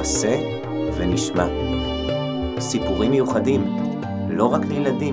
נעשה ונשמע. סיפורים מיוחדים, לא רק לילדים.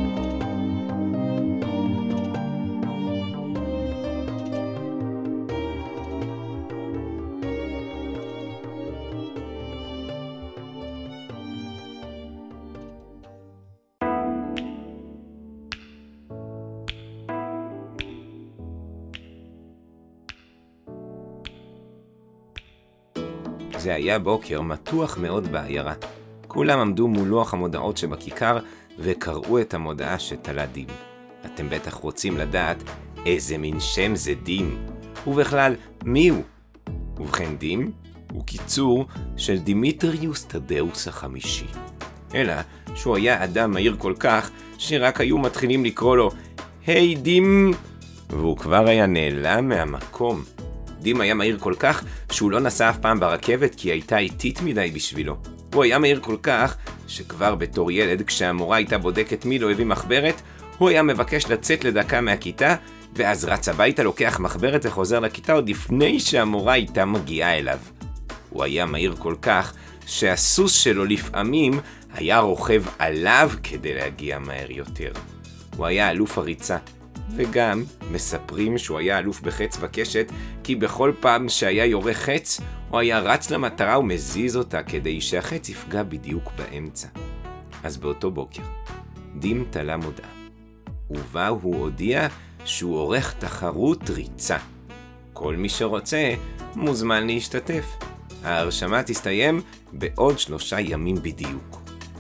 זה היה בוקר מתוח מאוד בעיירה. כולם עמדו מול לוח המודעות שבכיכר וקראו את המודעה שתלה דים. אתם בטח רוצים לדעת איזה מין שם זה דים, ובכלל מי הוא? ובכן, דים הוא קיצור של דימיטריוס תדאוס החמישי. אלא שהוא היה אדם מהיר כל כך שרק היו מתחילים לקרוא לו היי דים, והוא כבר היה נעלם מהמקום. דים היה מהיר כל כך שהוא לא נסע אף פעם ברכבת כי הייתה איטית מדי בשבילו. הוא היה מהיר כל כך שכבר בתור ילד, כשהמורה הייתה בודקת מי לא הביא מחברת, הוא היה מבקש לצאת לדקה מהכיתה, ואז רץ הביתה, לוקח מחברת וחוזר לכיתה עוד לפני שהמורה הייתה מגיעה אליו. הוא היה מהיר כל כך שהסוס שלו לפעמים היה רוכב עליו כדי להגיע מהר יותר. הוא היה אלוף הריצה. וגם מספרים שהוא היה אלוף בחץ וקשת, כי בכל פעם שהיה יורה חץ, הוא היה רץ למטרה ומזיז אותה כדי שהחץ יפגע בדיוק באמצע. אז באותו בוקר, דים תלה מודעה, ובה הוא הודיע שהוא עורך תחרות ריצה. כל מי שרוצה מוזמן להשתתף. ההרשמה תסתיים בעוד 3 ימים בדיוק.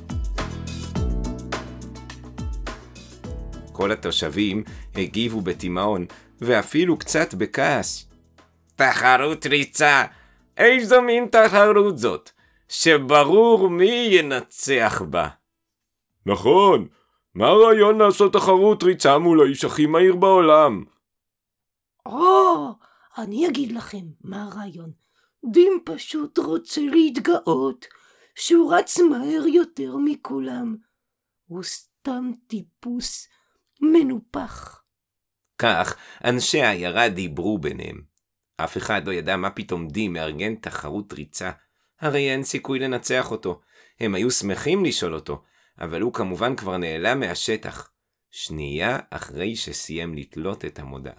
כל התושבים הגיבו בתימהון, ואפילו קצת בכעס. תחרות ריצה! איזו מין תחרות זאת, שברור מי ינצח בה. נכון, מה הרעיון לעשות תחרות ריצה מול האיש הכי מהיר בעולם? אני אגיד לכם מה הרעיון. דים פשוט רוצה להתגאות שהוא רץ מהר יותר מכולם. הוא סתם טיפוס מנופח. כך אנשי העיירה דיברו ביניהם. אף אחד לא ידע מה פתאום דים מארגן תחרות ריצה. הרי אין סיכוי לנצח אותו. הם היו שמחים לשאול אותו, אבל הוא כמובן כבר נעלם מהשטח. שנייה אחרי שסיים לתלות את המודעה.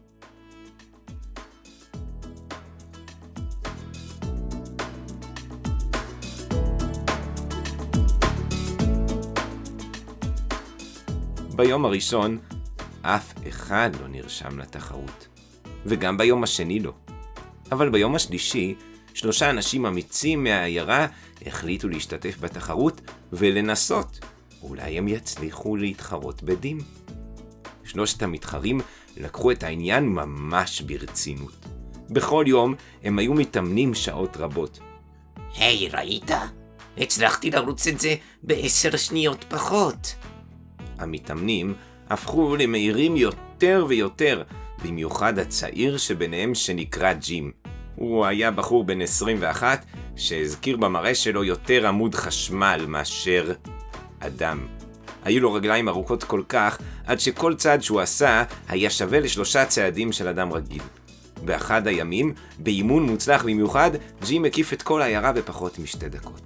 ביום הראשון אף אחד לא נרשם לתחרות, וגם ביום השני לא. אבל ביום השלישי 3 אנשים אמיצים מהעיירה החליטו להשתתף בתחרות ולנסות. אולי הם יצליחו להתחרות בדים. 3 המתחרים לקחו את העניין ממש ברצינות. בכל יום הם היו מתאמנים שעות רבות. היי, ראית? הצלחתי לרוץ את זה ב10 שניות פחות. המתאמנים הפכו למהירים יותר ויותר, במיוחד הצעיר שביניהם שנקרא ג'ים. הוא היה בחור בן 21 שהזכיר במראה שלו יותר עמוד חשמל מאשר אדם. היו לו רגליים ארוכות כל כך עד שכל צעד שהוא עשה היה שווה ל3 צעדים של אדם רגיל. באחד הימים, באימון מוצלח במיוחד, ג'ים מקיף את כל העיירה בפחות מ2 דקות.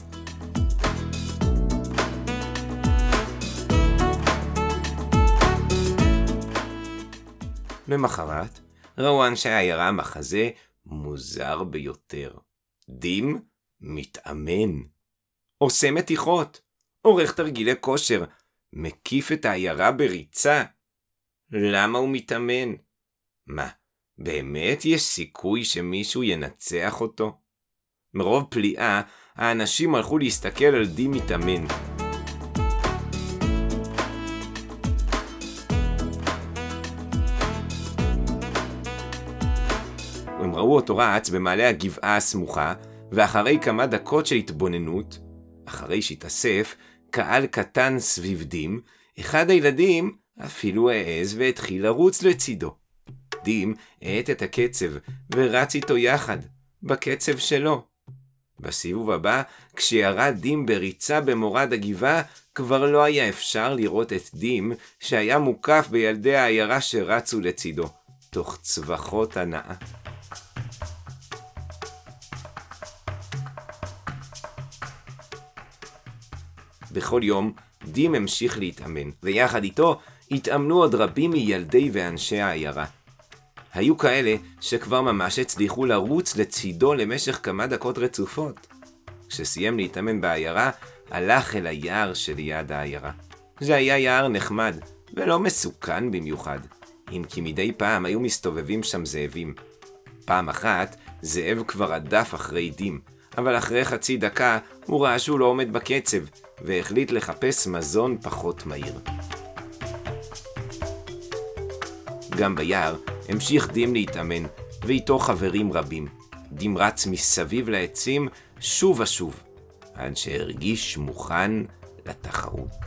למחרת ראו אנשי העיירה מחזה מוזר ביותר. דים מתאמן, עושה מתיחות, עורך תרגילי כושר, מקיף את העיירה בריצה. למה הוא מתאמן? מה, באמת יש סיכוי שמישהו ינצח אותו? מרוב פליאה, האנשים הלכו להסתכל על דים מתאמן. הם ראו אותו רץ במעלה הגבעה הסמוכה, ואחרי כמה דקות של התבוננות, אחרי שהתאסף קהל קטן סביב דים, אחד הילדים אפילו העז והתחיל לרוץ לצידו. דים העט את הקצב ורץ איתו יחד, בקצב שלו. בסיבוב הבא, כשירד דים בריצה במורד הגבעה, כבר לא היה אפשר לראות את דים שהיה מוקף בילדי העיירה שרצו לצידו, תוך צווחות הנאה. בכל יום דים המשיך להתאמן, ויחד איתו התאמנו עוד רבים מילדי ואנשי העיירה. היו כאלה שכבר ממש הצליחו לרוץ לצידו למשך כמה דקות רצופות. כשסיים להתאמן בעיירה, הלך אל היער שליד העיירה. זה היה יער נחמד, ולא מסוכן במיוחד, אם כי מדי פעם היו מסתובבים שם זאבים. פעם אחת, זאב כבר עדף אחרי דים, אבל אחרי חצי דקה הוא ראה שהוא לא עומד בקצב, והחליט לחפש מזון פחות מהיר. גם ביער המשיך דים להתאמן, ואיתו חברים רבים. דים רץ מסביב לעצים שוב ושוב, עד שהרגיש מוכן לתחרות.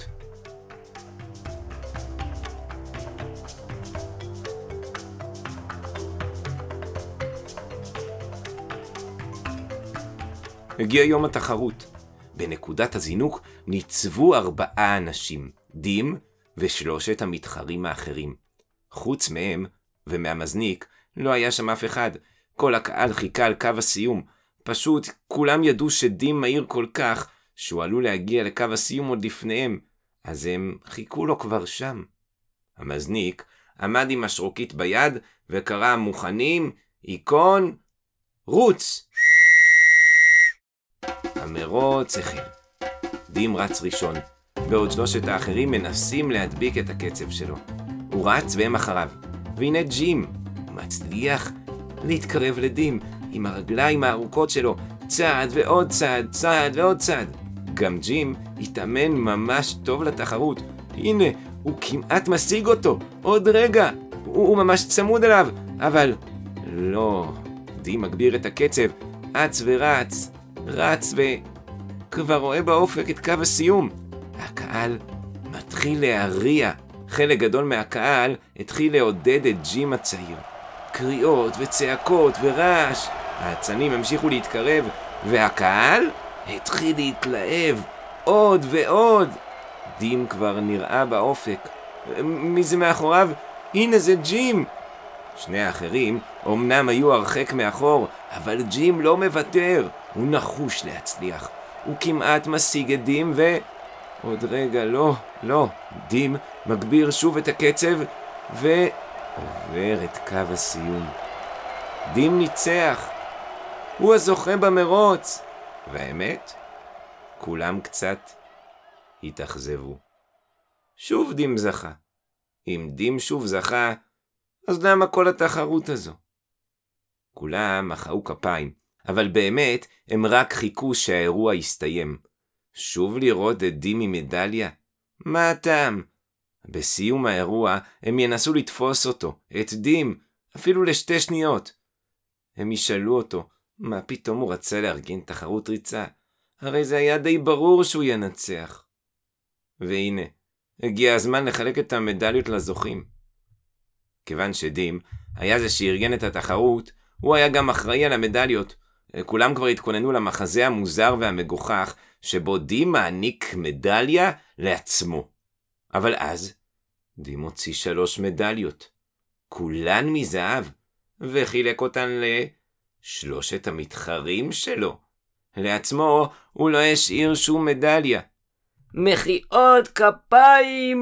הגיע יום התחרות. בנקודת הזינוק ניצבו 4 אנשים, דים ו3 המתחרים האחרים. חוץ מהם ומהמזניק לא היה שם אף אחד. כל הקהל חיכה על קו הסיום. פשוט כולם ידעו שדים מהיר כל כך שהוא עלול להגיע לקו הסיום עוד לפניהם, אז הם חיכו לו כבר שם. המזניק עמד עם השרוקית ביד וקרא מוכנים, איקון, רוץ! המרוץ החל. דים רץ ראשון, בעוד 3 האחרים מנסים להדביק את הקצב שלו. הוא רץ והם אחריו, והנה ג'ים מצליח להתקרב לדים עם הרגליים הארוכות שלו, צעד ועוד צעד, צעד ועוד צעד. גם ג'ים התאמן ממש טוב לתחרות. הנה, הוא כמעט משיג אותו, עוד רגע, הוא ממש צמוד אליו, אבל לא, דים מגביר את הקצב, אץ ורץ, רץ וכבר רואה באופק את קו הסיום. הקהל מתחיל להריע. חלק גדול מהקהל התחיל לעודד את ג'ים הצעיר. קריאות וצעקות ורעש. האצנים המשיכו להתקרב, והקהל התחיל להתלהב עוד ועוד. דים כבר נראה באופק. מי זה מאחוריו? הנה זה ג'ים. 2 האחרים אומנם היו הרחק מאחור, אבל ג'ים לא מוותר. הוא נחוש להצליח. הוא כמעט משיג את דים עוד רגע, לא. דים מגביר שוב את הקצב ועובר את קו הסיום. דים ניצח. הוא הזוכה במרוץ. והאמת, כולם קצת התאכזבו. שוב דים זכה. אם דים שוב זכה, אז למה כל התחרות הזו? כולם מחאו כפיים, אבל באמת הם רק חיכו שהאירוע יסתיים. שוב לראות את דים עם מדליה? מה הטעם? בסיום האירוע הם ינסו לתפוס אותו, את דים, אפילו ל2 שניות. הם ישאלו אותו, מה פתאום הוא רצה לארגן תחרות ריצה? הרי זה היה די ברור שהוא ינצח. והנה, הגיע הזמן לחלק את המדליות לזוכים. כיוון שדים היה זה שארגן את התחרות, הוא היה גם אחראי על המדליות. כולם כבר התכוננו למחזה המוזר והמגוחך, שבו דים מעניק מדליה לעצמו. אבל אז, דים הוציא 3 מדליות, כולן מזהב, וחילק אותן ל3 המתחרים שלו. לעצמו הוא לא השאיר שום מדליה. מחיאות כפיים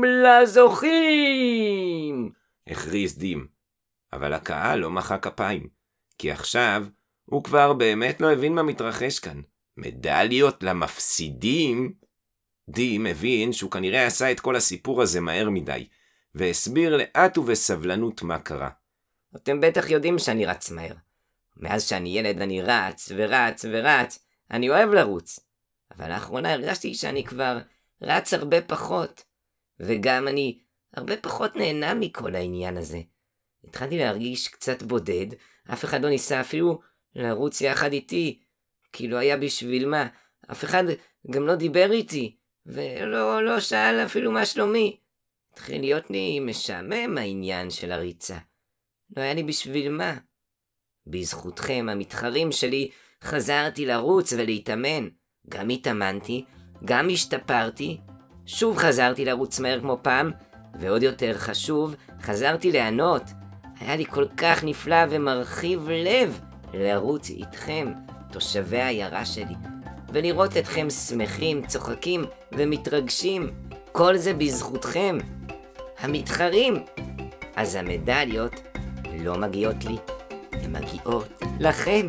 לזוכים! הכריז דים, אבל הקהל לא מחא כפיים, כי עכשיו הוא כבר באמת לא הבין מה מתרחש כאן. מדליות למפסידים? דים הבין שהוא כנראה עשה את כל הסיפור הזה מהר מדי, והסביר לאט ובסבלנות מה קרה. אתם בטח יודעים שאני רץ מהר. מאז שאני ילד אני רץ ורץ ורץ, אני אוהב לרוץ. אבל לאחרונה הרגשתי שאני כבר רץ הרבה פחות, וגם אני הרבה פחות נהנה מכל העניין הזה. התחלתי להרגיש קצת בודד, אף אחד לא ניסה אפילו לרוץ יחד איתי, כי לא היה בשביל מה, אף אחד גם לא דיבר איתי, ולא שאל אפילו מה שלומי. התחיל להיות לי משעמם העניין של הריצה. לא היה לי בשביל מה. בזכותכם, המתחרים שלי, חזרתי לרוץ ולהתאמן. גם התאמנתי, גם השתפרתי, שוב חזרתי לרוץ מהר כמו פעם, ועוד יותר חשוב, חזרתי לענות. היה לי כל כך נפלא ומרחיב לב לרוץ איתכם, תושבי העיירה שלי. ולראות אתכם שמחים, צוחקים ומתרגשים. כל זה בזכותכם, המתחרים. אז המדליות לא מגיעות לי, הן מגיעות לכם.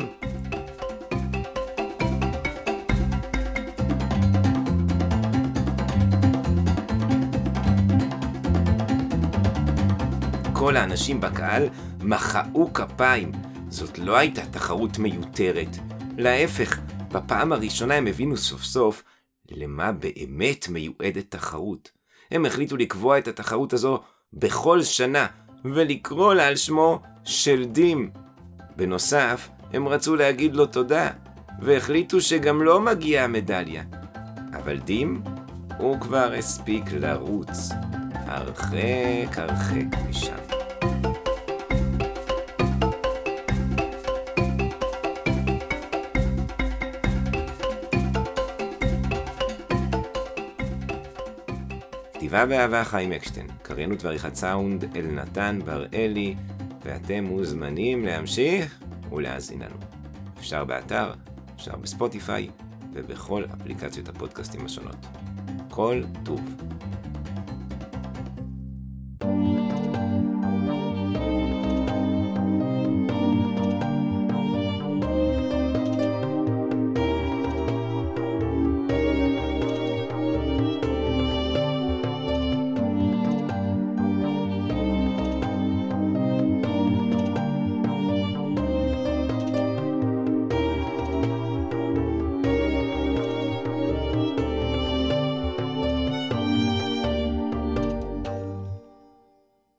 כל האנשים בקהל מחאו כפיים. זאת לא הייתה תחרות מיותרת. להפך, בפעם הראשונה הם הבינו סוף סוף למה באמת מיועדת תחרות. הם החליטו לקבוע את התחרות הזו בכל שנה, ולקרוא לה על שמו של דים. בנוסף, הם רצו להגיד לו תודה, והחליטו שגם לא מגיעה המדליה. אבל דים, הוא כבר הספיק לרוץ הרחק הרחק משם. כתיבה ואהבה חיים אקשטיין, קריינות ועריכת סאונד אלנתן בראלי, ואתם מוזמנים להמשיך ולהאזין לנו. אפשר באתר, אפשר בספוטיפיי ובכל אפליקציות הפודקאסטים השונות. כל טוב.